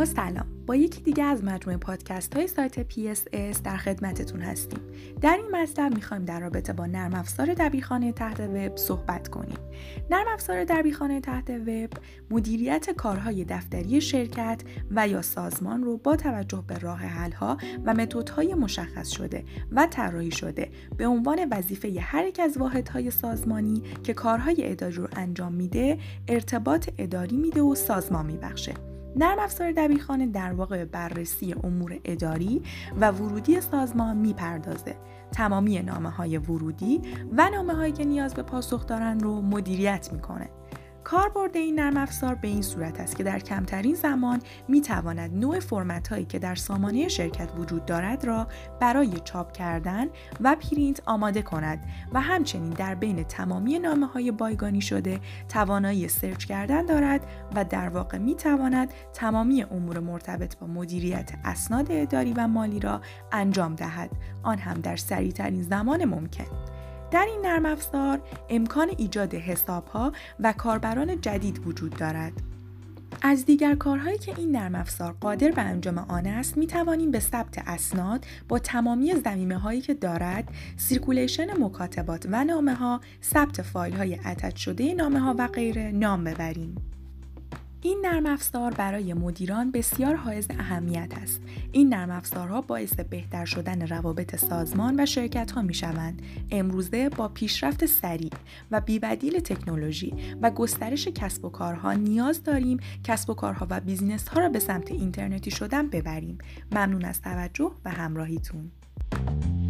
آقا سلام، با یکی دیگه از مجموعه پادکست های سایت PSS در خدمتتون هستیم. در این مطلب میخوایم در رابطه با نرم افزار دبیرخانه تحت وب صحبت کنیم. نرم افزار دبیرخانه تحت وب مدیریت کارهای دفتری شرکت و یا سازمان رو با توجه به راه حل‌ها و متدهای مشخص شده و طراحی شده به عنوان وظیفه هر یک از واحدهای سازمانی که کارهای اداری رو انجام میده، ارتباط اداری میده و سازمان میبخشه. نرم افزار دبیرخانه در واقع به بررسی امور اداری و ورودی سازمان میپردازه. تمامی نامه‌های ورودی و نامه‌هایی که نیاز به پاسخ دارن رو مدیریت میکنه. کاربرد این نرم افزار به این صورت است که در کمترین زمان میتواند نوع فرمت هایی که در سامانه شرکت وجود دارد را برای چاپ کردن و پرینت آماده کند و همچنین در بین تمامی نامه های بایگانی شده توانایی سرچ کردن دارد و در واقع میتواند تمامی امور مرتبط با مدیریت اسناد اداری و مالی را انجام دهد، آن هم در سریعترین زمان ممکن. در این نرم افزار امکان ایجاد حساب‌ها و کاربران جدید وجود دارد. از دیگر کارهایی که این نرم افزار قادر به انجام آن است، می توانیم به ثبت اسناد با تمامی ضمیمه‌هایی که دارد، سیرکولیشن مکاتبات و نامه‌ها، ثبت فایل‌های اتچ شده نامه‌ها و غیره نام ببریم. این نرم افزار برای مدیران بسیار حائز اهمیت است. این نرم افزارها باعث بهتر شدن روابط سازمان و شرکت‌ها می‌شوند. امروزه با پیشرفت سریع و بی‌بدیل تکنولوژی و گسترش کسب و کارها نیاز داریم کسب و کارها و بیزینس‌ها را به سمت اینترنتی شدن ببریم. ممنون از توجه و همراهیتون.